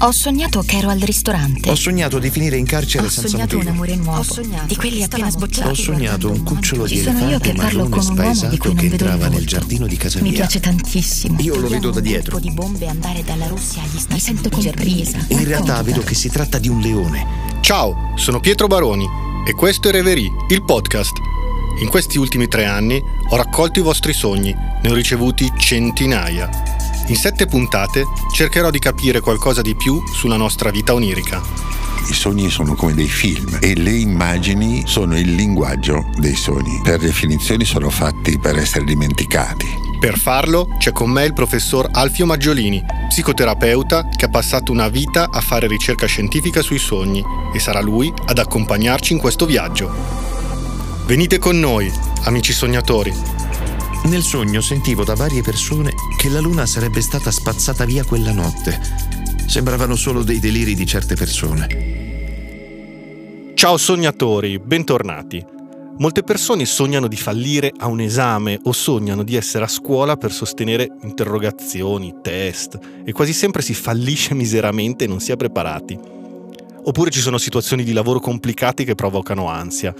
Ho sognato che ero al ristorante. Ho sognato di finire in carcere senza motivo. Ho sognato un amore nuovo, di quelli appena sbocciati. Ho sognato un cucciolo di Sono io che elefante parlo marrone con un uomo di spaesato cui non che vedo il entrava nel volto. giardino di casa Mi mia. piace tantissimo. Io lo vedo da dietro. Di bombe andare dalla Russia agli Stati Mi sento compresa. In realtà vedo che si tratta di un leone. Ciao, sono Pietro Baroni e questo è Reverie, il podcast. In questi ultimi 3 anni ho raccolto i vostri sogni, ne ho ricevuti centinaia. In 7 puntate cercherò di capire qualcosa di più sulla nostra vita onirica. I sogni sono come dei film e le immagini sono il linguaggio dei sogni. Per definizione sono fatti per essere dimenticati. Per farlo c'è con me il professor Alfio Maggiolini, psicoterapeuta che ha passato una vita a fare ricerca scientifica sui sogni e sarà lui ad accompagnarci in questo viaggio. Venite con noi, amici sognatori. Nel sogno sentivo da varie persone che la luna sarebbe stata spazzata via quella notte. Sembravano solo dei deliri di certe persone. Ciao sognatori, bentornati. Molte persone sognano di fallire a un esame o sognano di essere a scuola per sostenere interrogazioni, test e quasi sempre si fallisce miseramente e non si è preparati. Oppure ci sono situazioni di lavoro complicate che provocano ansia.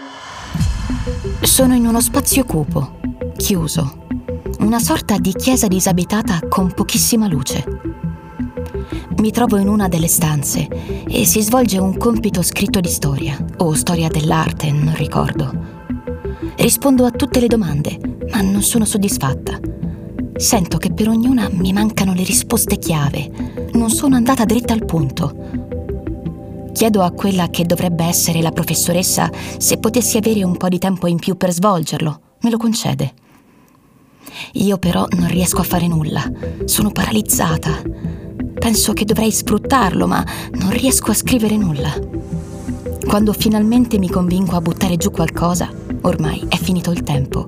Sono in uno spazio cupo, chiuso, una sorta di chiesa disabitata con pochissima luce. Mi trovo in una delle stanze e si svolge un compito scritto di storia o storia dell'arte, non ricordo. Rispondo a tutte le domande, ma non sono soddisfatta. Sento che per ognuna mi mancano le risposte chiave. Non sono andata dritta al punto. Chiedo a quella che dovrebbe essere la professoressa se potessi avere un po' di tempo in più per svolgerlo. Me lo concede. Io però non riesco a fare nulla. Sono paralizzata. Penso che dovrei sfruttarlo, ma non riesco a scrivere nulla. Quando finalmente mi convinco a buttare giù qualcosa, ormai è finito il tempo.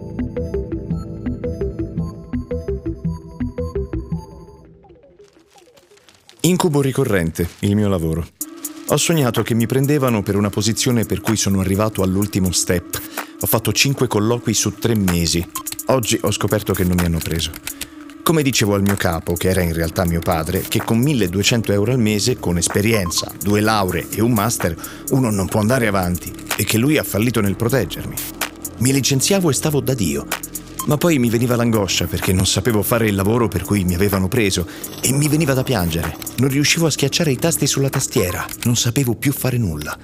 Incubo ricorrente, il mio lavoro. Ho sognato che mi prendevano per una posizione per cui sono arrivato all'ultimo step. Ho fatto 5 colloqui su 3 mesi. Oggi ho scoperto che non mi hanno preso. Come dicevo al mio capo, che era in realtà mio padre, che con 1.200 euro al mese, con esperienza, 2 lauree e un master, uno non può andare avanti e che lui ha fallito nel proteggermi. Mi licenziavo e stavo da Dio. Ma poi mi veniva l'angoscia perché non sapevo fare il lavoro per cui mi avevano preso e mi veniva da piangere. Non riuscivo a schiacciare i tasti sulla tastiera, non sapevo più fare nulla.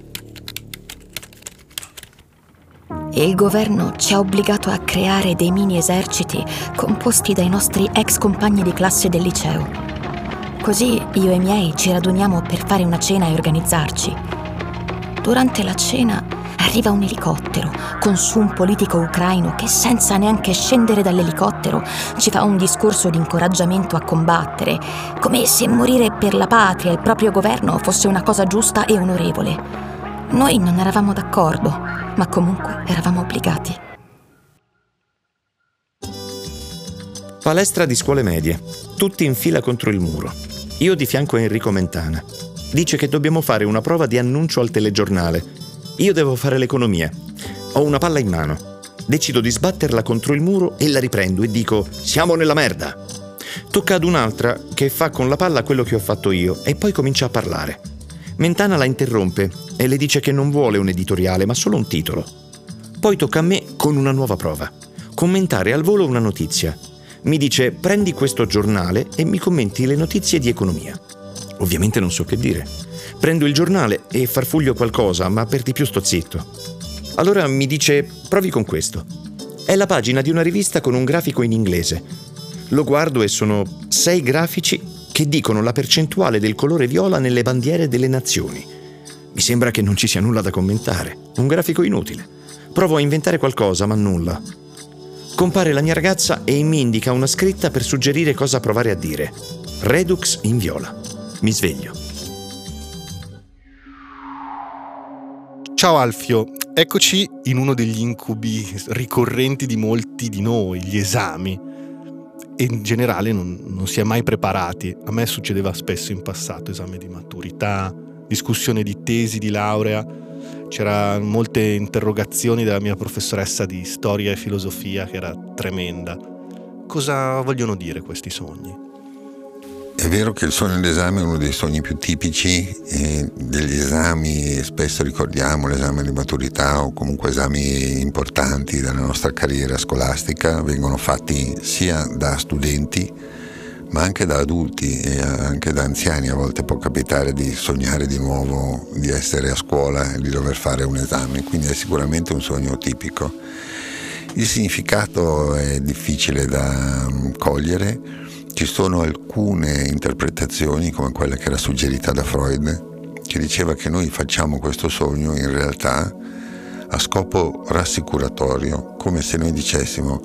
Il governo ci ha obbligato a creare dei mini eserciti composti dai nostri ex compagni di classe del liceo. Così io e i miei ci raduniamo per fare una cena e organizzarci. Durante la cena arriva un elicottero con su un politico ucraino che senza neanche scendere dall'elicottero ci fa un discorso di incoraggiamento a combattere, come se morire per la patria e il proprio governo fosse una cosa giusta e onorevole. Noi non eravamo d'accordo, ma comunque eravamo obbligati. Palestra di scuole medie, tutti in fila contro il muro. Io di fianco a Enrico Mentana. Dice che dobbiamo fare una prova di annuncio al telegiornale. Io devo fare l'economia. Ho una palla in mano. Decido di sbatterla contro il muro e la riprendo e dico «Siamo nella merda!». Tocca ad un'altra che fa con la palla quello che ho fatto io e poi comincia a parlare. Mentana la interrompe e le dice che non vuole un editoriale ma solo un titolo. Poi tocca a me con una nuova prova. Commentare al volo una notizia. Mi dice «Prendi questo giornale e mi commenti le notizie di economia». Ovviamente non so che dire. Prendo il giornale e farfuglio qualcosa, ma per di più sto zitto. Allora mi dice, provi con questo. È la pagina di una rivista con un grafico in inglese. Lo guardo e sono 6 grafici che dicono la percentuale del colore viola nelle bandiere delle nazioni. Mi sembra che non ci sia nulla da commentare. Un grafico inutile. Provo a inventare qualcosa, ma nulla. Compare la mia ragazza e mi indica una scritta per suggerire cosa provare a dire. Redux in viola. Mi sveglio. Ciao Alfio, eccoci in uno degli incubi ricorrenti di molti di noi, gli esami. E in generale non si è mai preparati. A me succedeva spesso in passato, esame di maturità, discussione di tesi di laurea. C'erano molte interrogazioni della mia professoressa di storia e filosofia che era tremenda. Cosa vogliono dire questi sogni? È vero che il sogno dell'esame è uno dei sogni più tipici degli esami. Spesso ricordiamo l'esame di maturità o comunque esami importanti della nostra carriera scolastica, vengono fatti sia da studenti ma anche da adulti e anche da anziani. A volte può capitare di sognare di nuovo di essere a scuola e di dover fare un esame, quindi è sicuramente un sogno tipico. Il significato è difficile da cogliere. Ci sono alcune interpretazioni, come quella che era suggerita da Freud, che diceva che noi facciamo questo sogno in realtà a scopo rassicuratorio, come se noi dicessimo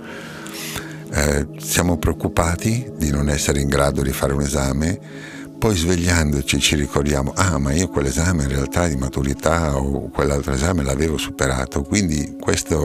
siamo preoccupati di non essere in grado di fare un esame, poi svegliandoci ci ricordiamo ma io quell'esame in realtà di maturità o quell'altro esame l'avevo superato, quindi questa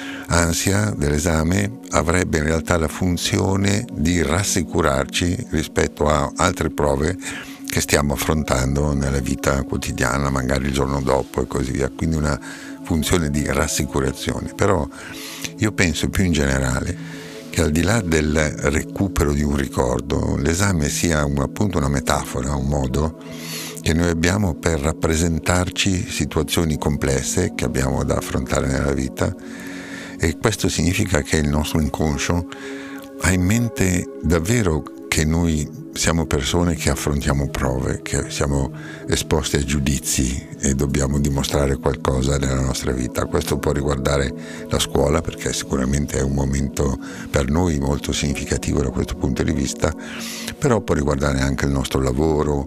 ansia dell'esame avrebbe in realtà la funzione di rassicurarci rispetto a altre prove che stiamo affrontando nella vita quotidiana, magari il giorno dopo e così via, quindi una funzione di rassicurazione. Però io penso più in generale che al di là del recupero di un ricordo, l'esame sia appunto una metafora, un modo che noi abbiamo per rappresentarci situazioni complesse che abbiamo da affrontare nella vita, e questo significa che il nostro inconscio ha in mente davvero che noi siamo persone che affrontiamo prove, che siamo esposti a giudizi e dobbiamo dimostrare qualcosa nella nostra vita. Questo può riguardare la scuola, perché sicuramente è un momento per noi molto significativo da questo punto di vista, però può riguardare anche il nostro lavoro,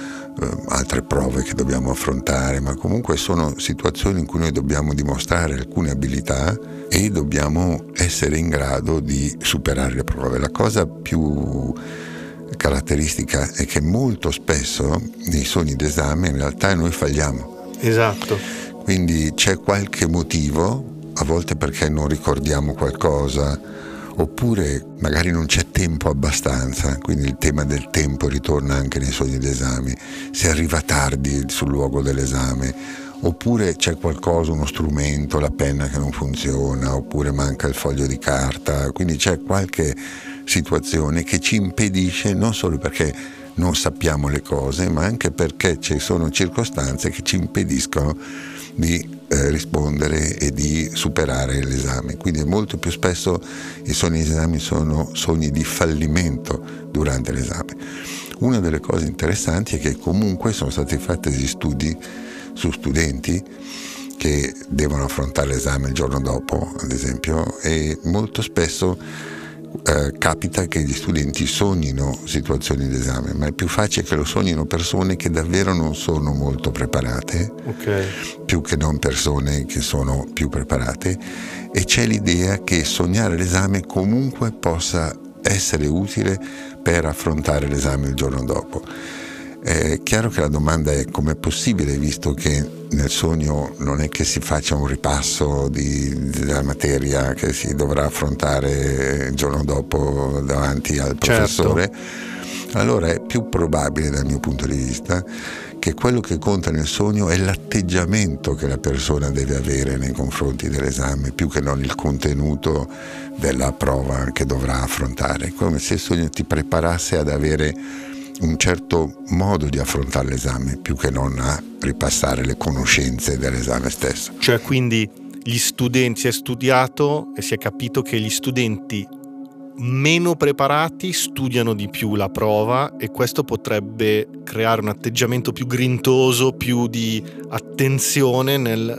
altre prove che dobbiamo affrontare, ma comunque sono situazioni in cui noi dobbiamo dimostrare alcune abilità e dobbiamo essere in grado di superare le prove. La cosa più caratteristica è che molto spesso nei sogni d'esame in realtà noi falliamo. Esatto. Quindi c'è qualche motivo, a volte perché non ricordiamo qualcosa, oppure magari non c'è tempo abbastanza, quindi il tema del tempo ritorna anche nei sogni d'esame. Si arriva tardi sul luogo dell'esame, oppure c'è qualcosa, uno strumento, la penna che non funziona, oppure manca il foglio di carta, quindi c'è qualche situazione che ci impedisce, non solo perché non sappiamo le cose, ma anche perché ci sono circostanze che ci impediscono di rispondere e di superare l'esame. Quindi molto più spesso i sogni di esame sono sogni di fallimento durante l'esame. Una delle cose interessanti è che comunque sono stati fatti degli studi su studenti che devono affrontare l'esame il giorno dopo, ad esempio, e molto spesso capita che gli studenti sognino situazioni d'esame, ma è più facile che lo sognino persone che davvero non sono molto preparate, più che non persone che sono più preparate, e c'è l'idea che sognare l'esame comunque possa essere utile per affrontare l'esame il giorno dopo. È chiaro che la domanda è com'è possibile, visto che nel sogno non è che si faccia un ripasso della materia che si dovrà affrontare il giorno dopo davanti al professore. Certo. Allora è più probabile, dal mio punto di vista, che quello che conta nel sogno è l'atteggiamento che la persona deve avere nei confronti dell'esame, più che non il contenuto della prova che dovrà affrontare. Come se il sogno ti preparasse ad avere un certo modo di affrontare l'esame, più che non a ripassare le conoscenze dell'esame stesso. Cioè, quindi gli studenti, si è studiato e si è capito che gli studenti meno preparati studiano di più la prova, e questo potrebbe creare un atteggiamento più grintoso, più di attenzione nel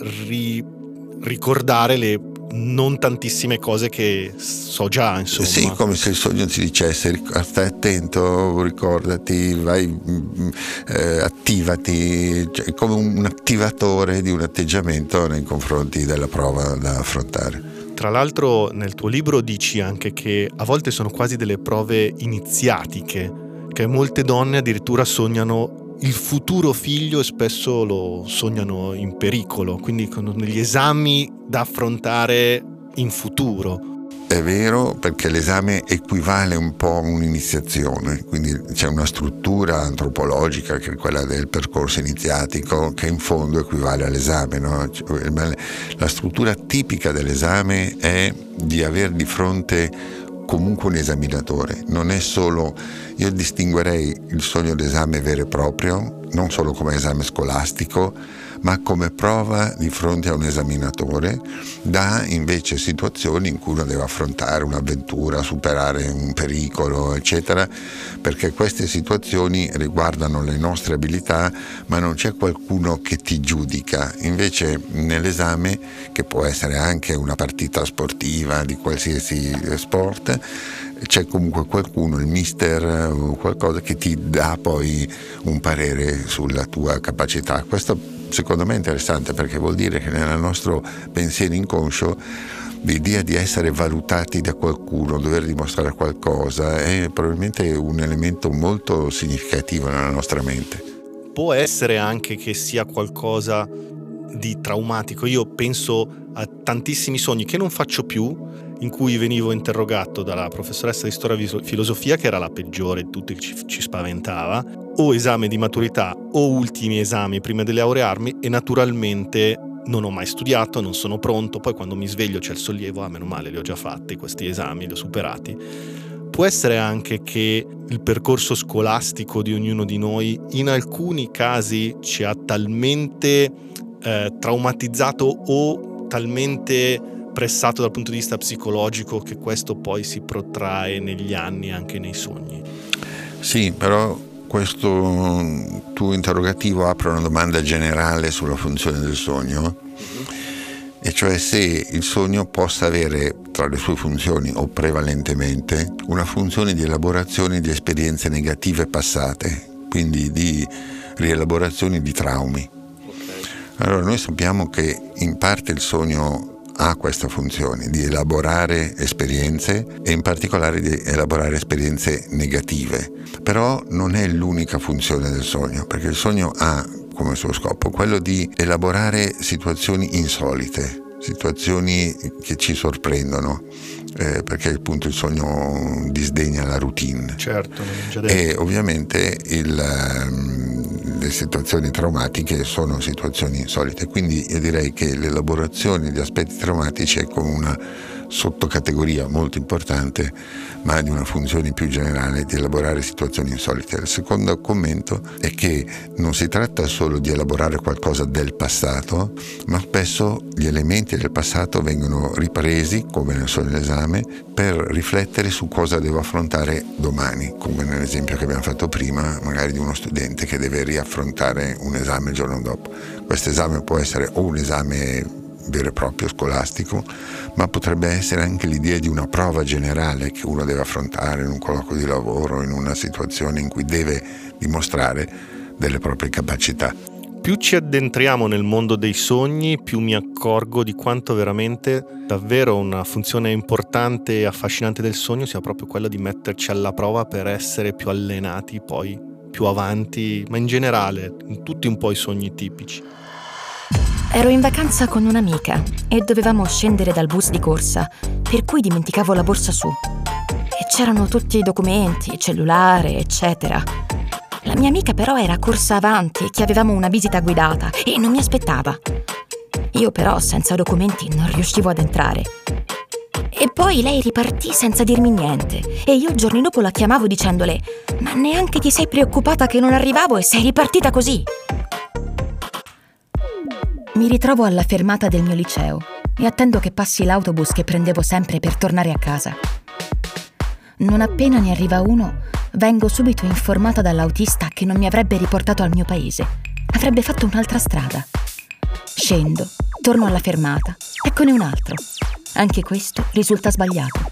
ricordare le non tantissime cose che so già, insomma. Sì, come se il sogno ti dicesse stai attento, ricordati, vai, attivati, cioè, come un attivatore di un atteggiamento nei confronti della prova da affrontare. Tra l'altro nel tuo libro dici anche che a volte sono quasi delle prove iniziatiche, che molte donne addirittura sognano il futuro figlio e spesso lo sognano in pericolo, quindi con degli esami da affrontare in futuro. È vero, perché l'esame equivale un po' a un'iniziazione, quindi c'è una struttura antropologica che è quella del percorso iniziatico che in fondo equivale all'esame, no? La struttura tipica dell'esame è di avere di fronte comunque un esaminatore, non è solo Io distinguerei il sogno d'esame vero e proprio, non solo come esame scolastico, ma come prova di fronte a un esaminatore, da invece situazioni in cui uno deve affrontare un'avventura, superare un pericolo, eccetera, perché queste situazioni riguardano le nostre abilità, ma non c'è qualcuno che ti giudica. Invece nell'esame, che può essere anche una partita sportiva di qualsiasi sport, c'è comunque qualcuno, il mister o qualcosa, che ti dà poi un parere sulla tua capacità. Questo secondo me è interessante, perché vuol dire che nel nostro pensiero inconscio l'idea di essere valutati da qualcuno, dover dimostrare qualcosa, è probabilmente un elemento molto significativo nella nostra mente. Può essere anche che sia qualcosa di traumatico. Io penso a tantissimi sogni che non faccio più, in cui venivo interrogato dalla professoressa di storia e filosofia, che era la peggiore di tutti, che ci spaventava, o esame di maturità o ultimi esami prima di laurearmi, e naturalmente non ho mai studiato, non sono pronto. Poi quando mi sveglio c'è il sollievo, meno male, li ho già fatti questi esami, li ho superati. Può essere anche che il percorso scolastico di ognuno di noi in alcuni casi ci ha talmente traumatizzato o talmente pressato dal punto di vista psicologico che questo poi si protrae negli anni anche nei sogni. Sì, però questo tuo interrogativo apre una domanda generale sulla funzione del sogno, e cioè se il sogno possa avere tra le sue funzioni, o prevalentemente, una funzione di elaborazione di esperienze negative passate, quindi di rielaborazioni di traumi. Allora noi sappiamo che in parte il sogno ha questa funzione di elaborare esperienze, e in particolare di elaborare esperienze negative, però non è l'unica funzione del sogno, perché il sogno ha come suo scopo quello di elaborare situazioni insolite, situazioni che ci sorprendono, perché appunto il sogno disdegna la routine. Certo, già detto. E ovviamente le situazioni traumatiche sono situazioni insolite, quindi io direi che l'elaborazione di aspetti traumatici è come una sottocategoria molto importante, ma di una funzione più generale di elaborare situazioni insolite. Il secondo commento è che non si tratta solo di elaborare qualcosa del passato, ma spesso gli elementi del passato vengono ripresi, come nel sogno d'esame, per riflettere su cosa devo affrontare domani, come nell'esempio che abbiamo fatto prima, magari di uno studente che deve riaffrontare un esame il giorno dopo. Questo esame può essere o un esame vero e proprio scolastico, ma potrebbe essere anche l'idea di una prova generale che uno deve affrontare in un colloquio di lavoro, in una situazione in cui deve dimostrare delle proprie capacità. Più ci addentriamo nel mondo dei sogni, più mi accorgo di quanto veramente davvero una funzione importante e affascinante del sogno sia proprio quella di metterci alla prova per essere più allenati poi più avanti, ma in generale in tutti un po' i sogni tipici. Ero in vacanza con un'amica e dovevamo scendere dal bus di corsa, per cui dimenticavo la borsa su. E c'erano tutti i documenti, cellulare, eccetera. La mia amica però era corsa avanti, che avevamo una visita guidata e non mi aspettava. Io però senza documenti non riuscivo ad entrare. E poi lei ripartì senza dirmi niente e io giorni dopo la chiamavo dicendole: ma neanche ti sei preoccupata che non arrivavo e sei ripartita così? Mi ritrovo alla fermata del mio liceo e attendo che passi l'autobus che prendevo sempre per tornare a casa. Non appena ne arriva uno, vengo subito informata dall'autista che non mi avrebbe riportato al mio paese. Avrebbe fatto un'altra strada. Scendo, torno alla fermata, eccone un altro. Anche questo risulta sbagliato.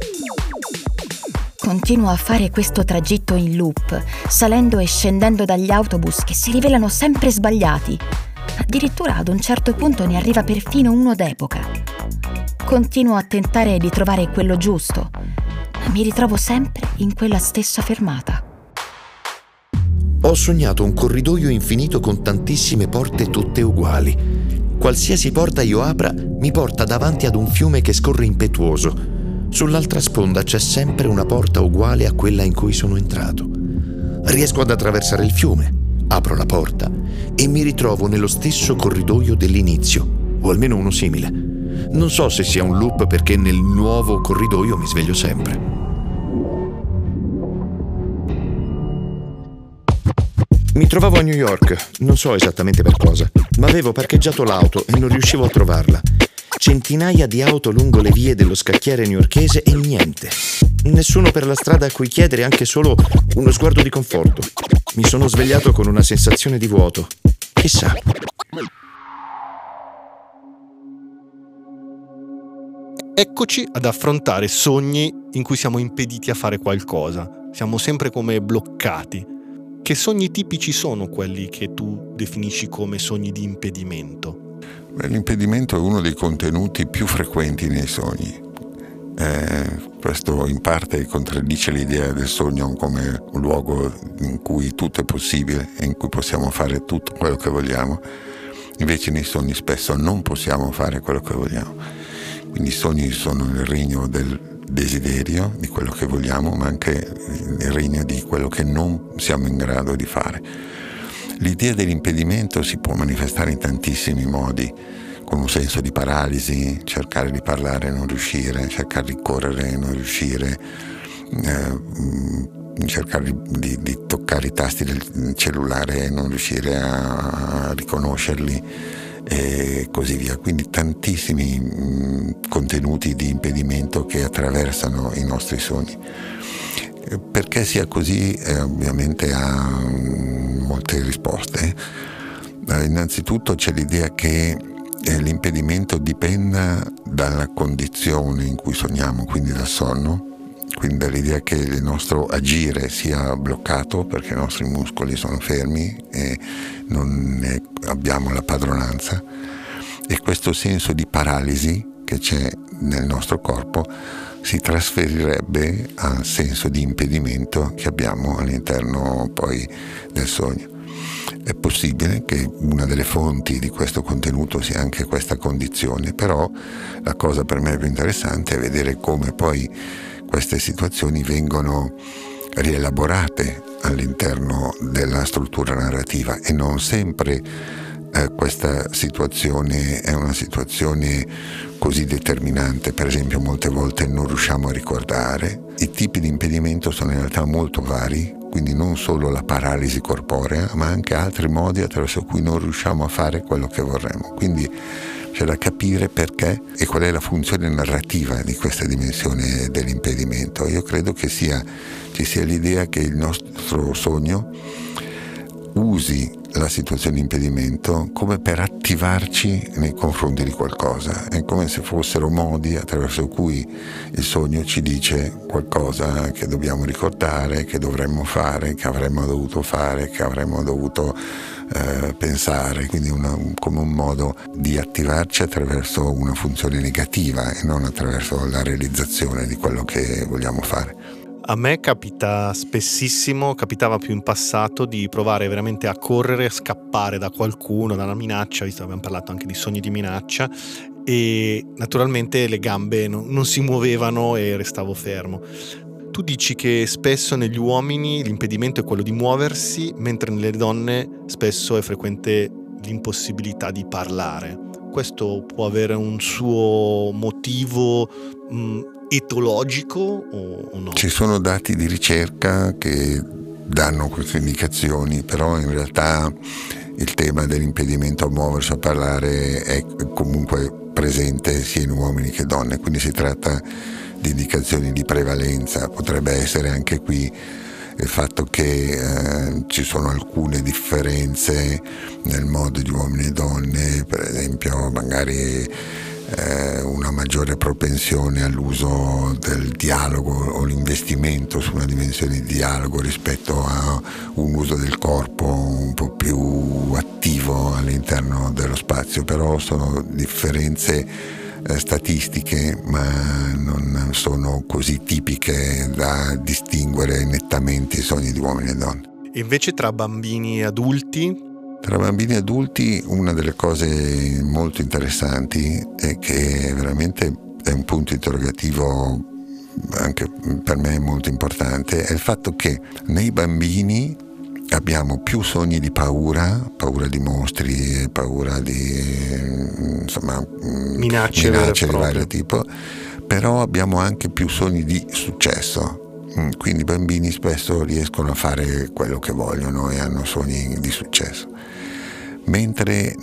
Continuo a fare questo tragitto in loop, salendo e scendendo dagli autobus che si rivelano sempre sbagliati. Addirittura ad un certo punto ne arriva perfino uno d'epoca. Continuo a tentare di trovare quello giusto, ma mi ritrovo sempre in quella stessa fermata. Ho sognato un corridoio infinito con tantissime porte tutte uguali. Qualsiasi porta io apra mi porta davanti ad un fiume che scorre impetuoso. Sull'altra sponda c'è sempre una porta uguale a quella in cui sono entrato. Riesco ad attraversare il fiume. Apro la porta e mi ritrovo nello stesso corridoio dell'inizio, o almeno uno simile. Non so se sia un loop perché nel nuovo corridoio mi sveglio sempre. Mi trovavo a New York, non so esattamente per cosa, ma avevo parcheggiato l'auto e non riuscivo a trovarla. Centinaia di auto lungo le vie dello scacchiere newyorkese e niente. Nessuno per la strada a cui chiedere anche solo uno sguardo di conforto. Mi sono svegliato con una sensazione di vuoto. Chissà. Eccoci ad affrontare sogni in cui siamo impediti a fare qualcosa. Siamo sempre come bloccati. Che sogni tipici sono quelli che tu definisci come sogni di impedimento? L'impedimento è uno dei contenuti più frequenti nei sogni. Questo in parte contraddice l'idea del sogno come un luogo in cui tutto è possibile e in cui possiamo fare tutto quello che vogliamo. Invece nei sogni spesso non possiamo fare quello che vogliamo. Quindi i sogni sono il regno del desiderio, di quello che vogliamo, ma anche il regno di quello che non siamo in grado di fare. L'idea dell'impedimento si può manifestare in tantissimi modi, con un senso di paralisi, cercare di parlare e non riuscire, cercare di correre e non riuscire, cercare di toccare i tasti del cellulare e non riuscire a riconoscerli, e così via. Quindi tantissimi contenuti di impedimento che attraversano i nostri sogni. Perché sia così ovviamente ha molte risposte. Innanzitutto c'è l'idea che l'impedimento dipenda dalla condizione in cui sogniamo, quindi dal sonno, quindi dall'idea che il nostro agire sia bloccato perché i nostri muscoli sono fermi e non ne abbiamo la padronanza, e questo senso di paralisi che c'è nel nostro corpo si trasferirebbe al senso di impedimento che abbiamo all'interno poi del sogno. È possibile che una delle fonti di questo contenuto sia anche questa condizione, però la cosa per me più interessante è vedere come poi queste situazioni vengono rielaborate all'interno della struttura narrativa, e non sempre questa situazione è una situazione così determinante. Per esempio, molte volte non riusciamo a ricordare. I tipi di impedimento sono in realtà molto vari, quindi non solo la paralisi corporea, ma anche altri modi attraverso cui non riusciamo a fare quello che vorremmo. Quindi c'è da capire perché e qual è la funzione narrativa di questa dimensione dell'impedimento. Io credo che ci sia l'idea che il nostro sogno usi la situazione di impedimento come per attivarci nei confronti di qualcosa. È come se fossero modi attraverso cui il sogno ci dice qualcosa che dobbiamo ricordare, che dovremmo fare, che avremmo dovuto fare, che avremmo dovuto pensare, quindi come un modo di attivarci attraverso una funzione negativa e non attraverso la realizzazione di quello che vogliamo fare. A me capita spessissimo, capitava più in passato, di provare veramente a correre, a scappare da qualcuno, da una minaccia, visto che abbiamo parlato anche di sogni di minaccia, e naturalmente le gambe non si muovevano e restavo fermo. Tu dici che spesso negli uomini l'impedimento è quello di muoversi, mentre nelle donne spesso è frequente l'impossibilità di parlare. Questo può avere un suo motivo etologico o no? Ci sono dati di ricerca che danno queste indicazioni, però in realtà il tema dell'impedimento a muoversi, a parlare, è comunque presente sia in uomini che donne, quindi si tratta di indicazioni di prevalenza. Potrebbe essere anche qui il fatto che ci sono alcune differenze nel modo di uomini e donne, per esempio magari una maggiore propensione all'uso del dialogo o l'investimento su una dimensione di dialogo rispetto a un uso del corpo un po' più attivo all'interno dello spazio, però sono differenze statistiche, ma non sono così tipiche da distinguere nettamente i sogni di uomini e donne. E invece tra bambini e adulti? Tra bambini e adulti una delle cose molto interessanti è che veramente è un punto interrogativo anche per me molto importante, è il fatto che nei bambini abbiamo più sogni di paura di mostri, paura di minacce di vario tipo, però abbiamo anche più sogni di successo. Quindi i bambini spesso riescono a fare quello che vogliono e hanno sogni di successo. Mentre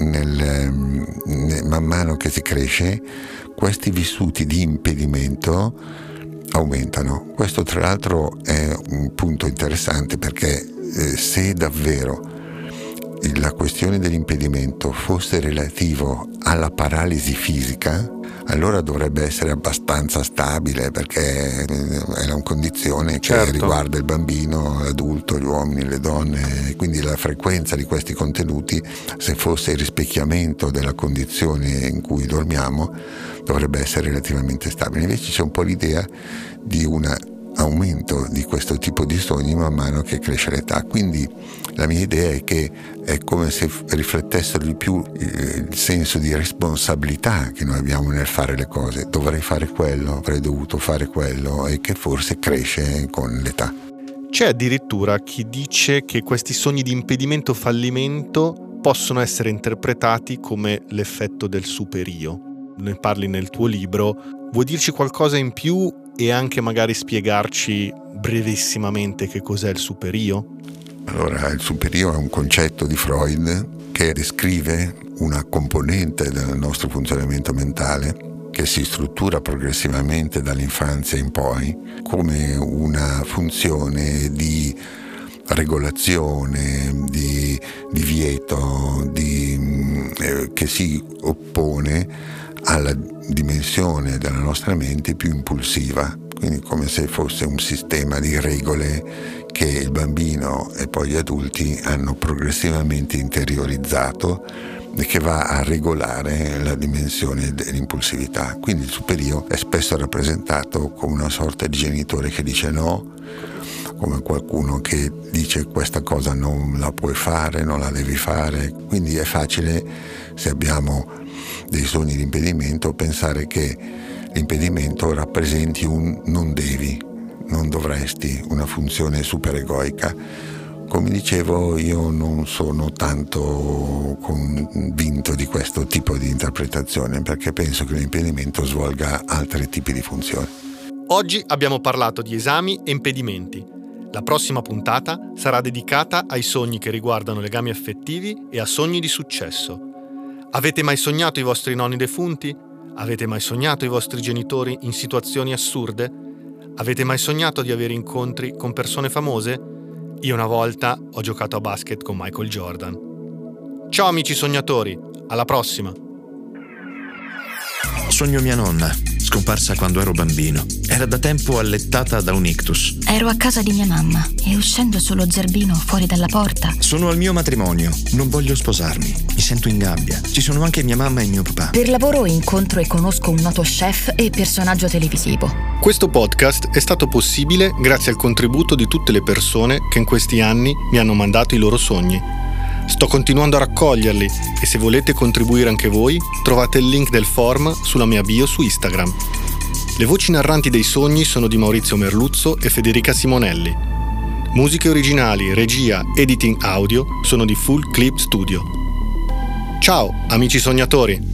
man mano che si cresce, questi vissuti di impedimento aumentano. Questo tra l'altro è un punto interessante, perché se davvero la questione dell'impedimento fosse relativo alla paralisi fisica, allora dovrebbe essere abbastanza stabile, perché è una condizione che riguarda il bambino, l'adulto, gli uomini, le donne, quindi la frequenza di questi contenuti, se fosse il rispecchiamento della condizione in cui dormiamo, dovrebbe essere relativamente stabile. Invece c'è un po' l'idea di un aumento di questo tipo di sogni man mano che cresce l'età. Quindi la mia idea è che è come se riflettessero di più il senso di responsabilità che noi abbiamo nel fare le cose. Dovrei fare quello, avrei dovuto fare quello, e che forse cresce con l'età. C'è addirittura chi dice che questi sogni di impedimento fallimento possono essere interpretati come l'effetto del superio. Ne parli nel tuo libro. Vuoi dirci qualcosa in più e anche magari spiegarci brevissimamente che cos'è il superio? Allora, il superio è un concetto di Freud che descrive una componente del nostro funzionamento mentale che si struttura progressivamente dall'infanzia in poi come una funzione di regolazione, di divieto, che si oppone alla dimensione della nostra mente più impulsiva, quindi come se fosse un sistema di regole che il bambino e poi gli adulti hanno progressivamente interiorizzato e che va a regolare la dimensione dell'impulsività. Quindi il superio è spesso rappresentato come una sorta di genitore che dice no, come qualcuno che dice questa cosa non la puoi fare, non la devi fare. Quindi è facile, se abbiamo dei sogni di impedimento, pensare che l'impedimento rappresenti un non devi, non dovresti, una funzione superegoica. Come dicevo, io non sono tanto convinto di questo tipo di interpretazione, perché penso che l'impedimento svolga altri tipi di funzioni. Oggi abbiamo parlato di esami e impedimenti. La prossima puntata sarà dedicata ai sogni che riguardano legami affettivi e a sogni di successo. Avete mai sognato i vostri nonni defunti? Avete mai sognato i vostri genitori in situazioni assurde? Avete mai sognato di avere incontri con persone famose? Io una volta ho giocato a basket con Michael Jordan. Ciao amici sognatori, alla prossima! Sogno mia nonna, scomparsa quando ero bambino. Era da tempo allettata da un ictus. Ero a casa di mia mamma e uscendo sullo zerbino fuori dalla porta. Sono al mio matrimonio, non voglio sposarmi, mi sento in gabbia. Ci sono anche mia mamma e mio papà. Per lavoro incontro e conosco un noto chef e personaggio televisivo. Questo podcast è stato possibile grazie al contributo di tutte le persone che in questi anni mi hanno mandato i loro sogni. Sto continuando a raccoglierli e se volete contribuire anche voi, trovate il link del form sulla mia bio su Instagram. Le voci narranti dei sogni sono di Maurizio Merluzzo e Federica Simonelli. Musiche originali, regia, editing audio sono di Full Clip Studio. Ciao, amici sognatori!